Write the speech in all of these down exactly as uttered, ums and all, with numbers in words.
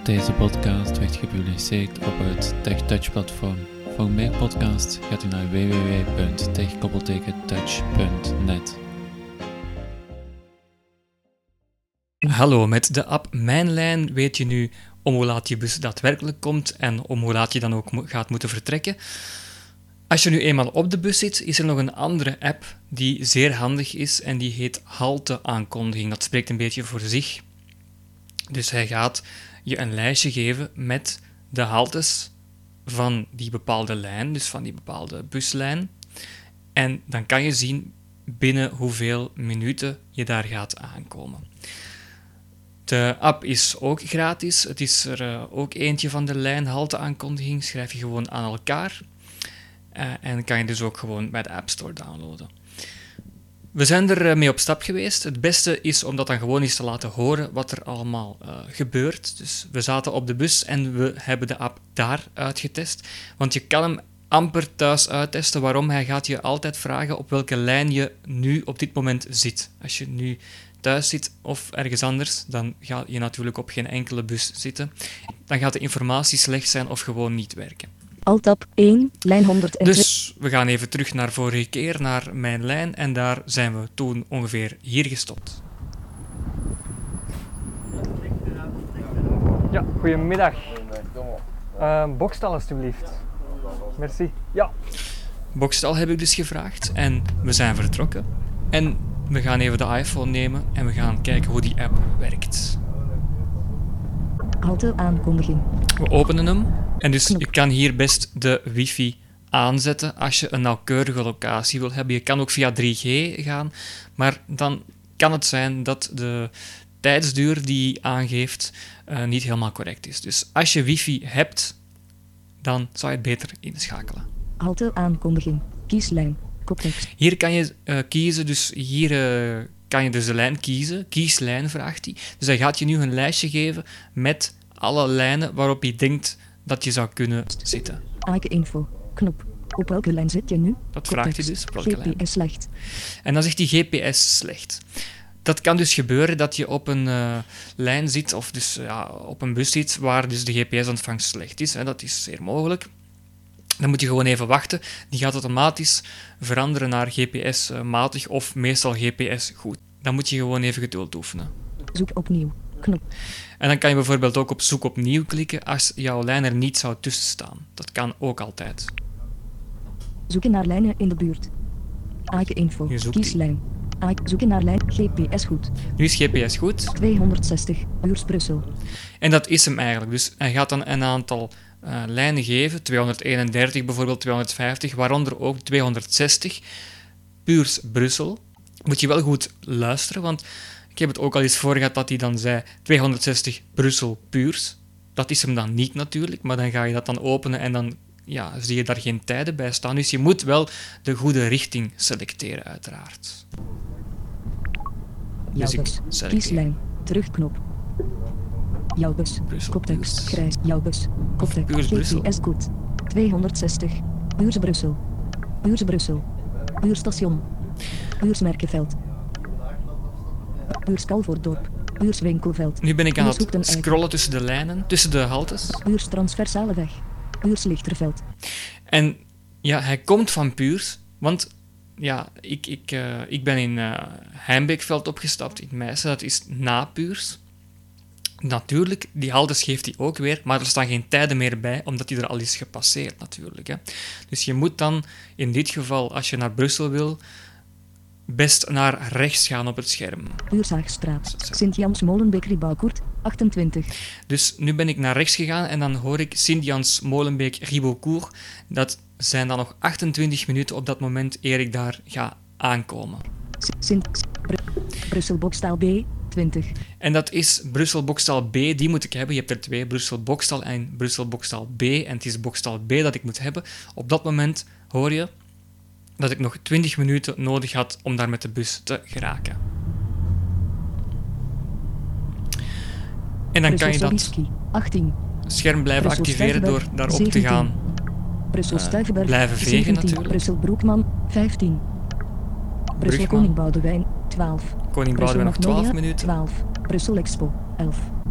Deze podcast werd gepubliceerd op het TechTouch-platform. Voor meer podcasts gaat u naar w w w punt tech touch punt net. Hallo, met de app Mijn Lijn weet je nu om hoe laat je bus daadwerkelijk komt en om hoe laat je dan ook mo- gaat moeten vertrekken. Als je nu eenmaal op de bus zit, is er nog een andere app die zeer handig is en die heet Halte-aankondiging. Dat spreekt een beetje voor zich. Dus hij gaat je een lijstje geven met de haltes van die bepaalde lijn, dus van die bepaalde buslijn. En dan kan je zien binnen hoeveel minuten je daar gaat aankomen. De app is ook gratis. Het is er uh, ook eentje van de lijn Halte-aankondiging. Schrijf je gewoon aan elkaar. Uh, en kan je dus ook gewoon bij de App Store downloaden. We zijn er uh, mee op stap geweest. Het beste is om dat dan gewoon eens te laten horen wat er allemaal uh, gebeurt. Dus we zaten op de bus en we hebben de app daar uitgetest. Want je kan hem amper thuis uittesten. Waarom? Hij gaat je altijd vragen op welke lijn je nu op dit moment zit. Als je nu thuis zit of ergens anders, dan ga je natuurlijk op geen enkele bus zitten. Dan gaat de informatie slecht zijn of gewoon niet werken. Alt-tab één, lijn honderdtwintig. Dus we gaan even terug naar vorige keer, naar Mijn Lijn, en daar zijn we toen ongeveer hier gestopt. Ja, goedemiddag. Uh, bokstal alstublieft. Merci. Ja. Bokstal heb ik dus gevraagd en we zijn vertrokken. En we gaan even de iPhone nemen en we gaan kijken hoe die app werkt. Halte-aankondiging. We openen hem en dus je kan hier best de wifi aanzetten als je een nauwkeurige locatie wil hebben. Je kan ook via drie G gaan, maar dan kan het zijn dat de tijdsduur die je aangeeft uh, niet helemaal correct is. Dus als je wifi hebt, dan zou je het beter inschakelen. Halte-aankondiging. Kieslijn. Koptekst. Hier kan je uh, kiezen, dus hier uh, kan je dus de lijn kiezen. Kieslijn vraagt hij. Dus hij gaat je nu een lijstje geven met alle lijnen waarop je denkt dat je zou kunnen zitten. Ike-info. Knop. Op welke lijn zit je nu? Dat vraagt hij dus, op welke lijn. G P S slecht. En dan zegt hij G P S slecht. Dat kan dus gebeuren dat je op een uh, lijn zit, of dus ja, op een bus zit, waar dus de G P S-ontvangst slecht is. Hè. Dat is zeer mogelijk. Dan moet je gewoon even wachten. Die gaat automatisch veranderen naar G P S-matig of meestal G P S goed. Dan moet je gewoon even geduld oefenen. Zoek opnieuw. Knop. En dan kan je bijvoorbeeld ook op zoek opnieuw klikken als jouw lijn er niet zou tussen staan. Dat kan ook altijd. Zoeken naar lijnen in de buurt. Ike-info. Kieslijn. Ike. Zoeken naar lijn. G P S goed. Nu is G P S goed. tweehonderdzestig. Buurs Brussel. En dat is hem eigenlijk. Dus hij gaat dan een aantal uh, lijnen geven. tweehonderdeenendertig bijvoorbeeld, tweehonderdvijftig, waaronder ook tweehonderdzestig. Puurs Brussel. Moet je wel goed luisteren, want ik heb het ook al eens voor gehad dat hij dan zei tweehonderdzestig Brussel Puurs. Dat is hem dan niet natuurlijk, maar dan ga je dat dan openen en dan ja, zie je daar geen tijden bij staan. Dus je moet wel de goede richting selecteren, uiteraard. Jouw Dus ik bus. selecteer. Kieslijn. Terugknop. Jouw bus. Brussel, Koptekst. Puurs. Grijs. Jouw bus. Koptekst. Puurs Brussel. G P S goed. tweehonderdzestig. Buurs Brussel. Buurs Brussel. Buurstation. Buurs Merkenveld. Buurs Calvoordorp. Buurs Winkelveld. Nu ben ik aan Buurs het Hoekten Eiken. scrollen tussen de lijnen, tussen de haltes. Buurs Transversale Weg. Buurs Lichterveld. En ja, hij komt van Puurs, want ja, ik, ik, uh, ik ben in uh, Heimbeekveld opgestapt, in Meissen, dat is na Puurs. Natuurlijk, die haltes geeft hij ook weer, maar er staan geen tijden meer bij, omdat hij er al is gepasseerd natuurlijk. Hè. Dus je moet dan, in dit geval, als je naar Brussel wil, best naar rechts gaan op het scherm. Buurshaagstraat. Sint-Jans Molenbeek Ribouwkoert. achtentwintig. Dus nu ben ik naar rechts gegaan en dan hoor ik Sint-Jans Molenbeek Ribouwkoert. Dat zijn dan nog achtentwintig minuten op dat moment eer ik daar ga aankomen. Sint Br- Brussel Bokstaal B. twintig. En dat is Brussel Bokstal B, die moet ik hebben. Je hebt er twee, Brussel Bokstal en Brussel Bokstal B. En het is Bokstal B dat ik moet hebben. Op dat moment hoor je dat ik nog twintig minuten nodig had om daar met de bus te geraken. En dan kan je dat achttien. scherm blijven Brussel activeren door Stuyvenberg, daarop te zeventien. gaan Brussel uh, Stuyvenberg, blijven vegen zeventien. natuurlijk. Brussel Broekman, vijftien. Brussel Brugman. Koning Boudewijn, twaalf. Koning Brussel Boudewijn nog twaalf Magnolia, minuten. twaalf. Brussel Expo, elf.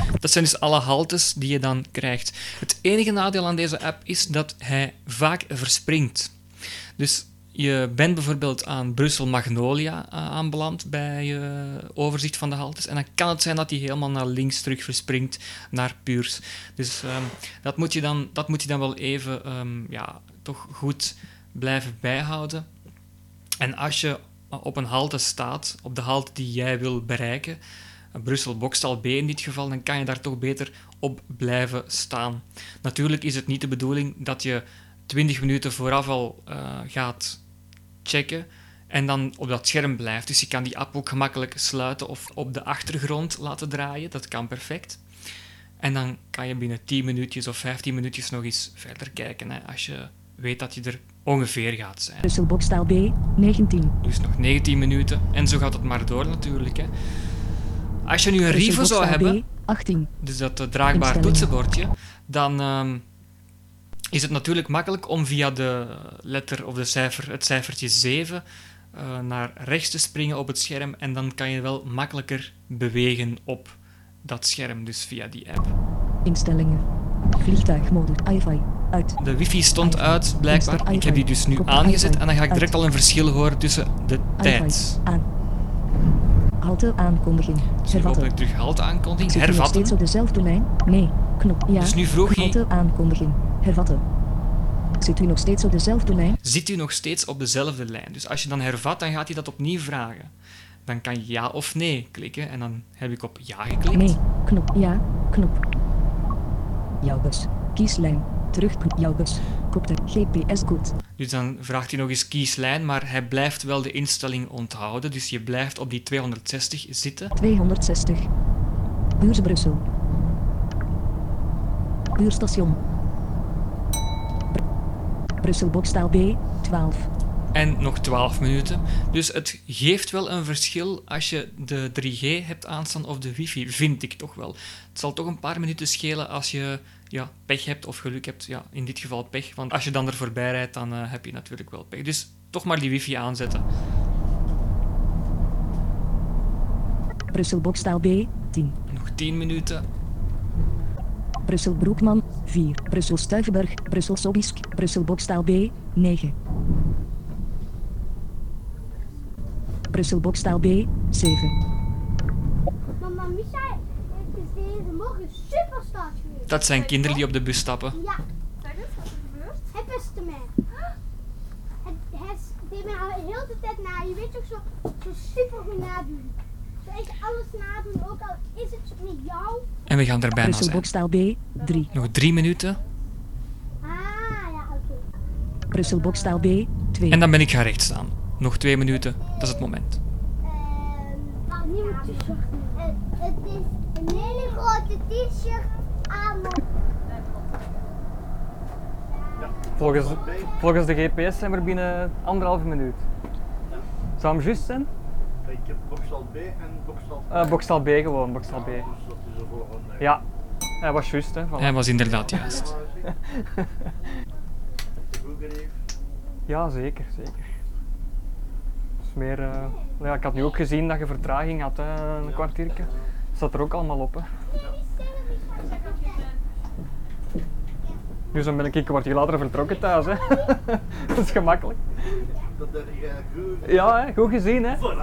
Dat zijn dus alle haltes die je dan krijgt. Het enige nadeel aan deze app is dat hij vaak verspringt. Dus je bent bijvoorbeeld aan Brussel Magnolia uh, aanbeland bij je overzicht van de haltes. En dan kan het zijn dat hij helemaal naar links terug verspringt naar Puurs. Dus um, dat, moet je dan, dat moet je dan wel even um, ja, toch goed blijven bijhouden. En als je op een halte staat, op de halte die jij wil bereiken, Brussel-Bokstel B in dit geval, dan kan je daar toch beter op blijven staan. Natuurlijk is het niet de bedoeling dat je twintig minuten vooraf al uh, gaat checken en dan op dat scherm blijft. Dus je kan die app ook gemakkelijk sluiten of op de achtergrond laten draaien. Dat kan perfect. En dan kan je binnen tien minuutjes of vijftien minuutjes nog eens verder kijken, hè, als je weet dat je er ongeveer gaat zijn. Brussel-Bokstel B, negentien. Dus nog negentien minuten. En zo gaat het maar door natuurlijk. Hè. Als je nu een Rivo zou hebben, achttien. Dus dat uh, draagbaar toetsenbordje, dan uh, is het natuurlijk makkelijk om via de letter of de cijfer, het cijfertje zeven uh, naar rechts te springen op het scherm en dan kan je wel makkelijker bewegen op dat scherm, dus via die app. Instellingen. Vliegtuigmodus. Wi-Fi. Uit. De wifi stond uit, blijkbaar. Ik heb die dus nu aangezet en dan ga ik direct al een verschil horen tussen de tijd. Halte aankondiging. Dus nu hoop ik terug halte aankondiging. Zit u nog steeds op dezelfde lijn? Nee. Knop. Ja. Dus nu vroeg hij... Halte aankondiging. Hervatten. Zit u nog steeds op dezelfde lijn? Zit u nog steeds op dezelfde lijn? Dus als je dan hervat, dan gaat hij dat opnieuw vragen. Dan kan je ja of nee klikken en dan heb ik op ja geklikt. Nee. Knop. Ja. Knop. Jouw bus. Kieslijn. Terug. Jouw bus. Kopte. G P S-goed. Dus dan vraagt hij nog eens kieslijn, maar hij blijft wel de instelling onthouden. Dus je blijft op die tweehonderdzestig zitten. tweehonderdzestig. Buurs Brussel. Buurstation. Br Brussel-Bokstel B, twaalf. En nog twaalf minuten. Dus het geeft wel een verschil als je de drie G hebt aanstaan of de wifi, vind ik toch wel. Het zal toch een paar minuten schelen als je ja, pech hebt of geluk hebt. Ja, in dit geval pech, want als je dan er voorbij rijdt, dan uh, heb je natuurlijk wel pech. Dus toch maar die wifi aanzetten. Brussel-Bokstel B, tien. Nog tien minuten. Brussel-Broekman, vier. Brussel-Stuyvenberg, Brussel-Sobisk, Brussel-Bokstel B, negen. Brussel-Bokstel B, zeven. Mama Micha heeft deze morgen super start geweest. Dat zijn kinderen die op de bus stappen. Ja. Zeg eens, wat is er gebeurd? Hij pestte mij. Hij, hij deed mij al heel de tijd na. Je weet toch zo, zo super goed nadoen. Zo echt alles nadoen, ook al is het met jou. En we gaan er bijna zijn. Brussel-Bokstel B, drie. Nog drie minuten. Ah, ja, oké. Okay. Brussel-Bokstel B, twee. En dan ben ik gaan recht staan. Nog twee minuten, dat is het moment. Uh, oh, nieuwe t-shirt. Uh, het is een hele grote t-shirt aan. Volgens, volgens de G P S zijn we er binnen anderhalve minuut. Zou hem juist zijn? Ik heb Bokstel B en Bokstel B. Uh, Bokstel B gewoon, Bokstel B. Dus dat is de volgende. Ja, hij was juist, hè. Voilà. Hij was inderdaad juist. Goed geregeld? Ja, zeker, zeker. Dus meer, uh, ja, ik had nu ook gezien dat je vertraging had, hè, een kwartiertje. Dat staat er ook allemaal op, hè. Dus dan ben ik een kwartier later vertrokken thuis, hè. Dat is gemakkelijk. Dat heb je goed. Ja, hè, goed gezien, hè. Voilà. Voilà,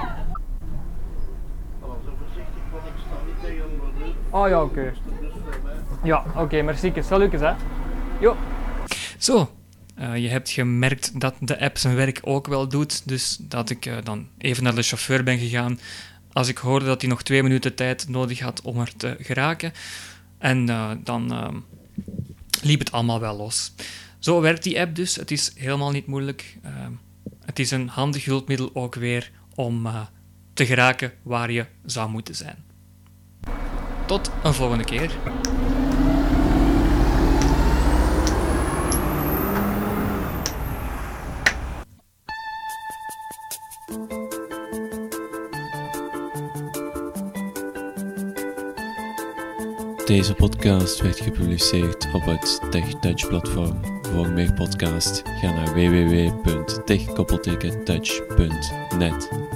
zo voorzichtig, want ik sta niet tegen een deur. Oh ja, oké. Okay. Dus voor mij. Ja, oké, okay, merci. Salutjes, hè. Jo. Zo. Uh, je hebt gemerkt dat de app zijn werk ook wel doet, dus dat ik uh, dan even naar de chauffeur ben gegaan als ik hoorde dat hij nog twee minuten tijd nodig had om er te geraken. En uh, dan uh, liep het allemaal wel los. Zo werkt die app dus. Het is helemaal niet moeilijk. Uh, het is een handig hulpmiddel ook weer om uh, te geraken waar je zou moeten zijn. Tot een volgende keer. Deze podcast werd gepubliceerd op het TechTouch-platform. Voor meer podcasts ga naar w w w punt tech touch punt net.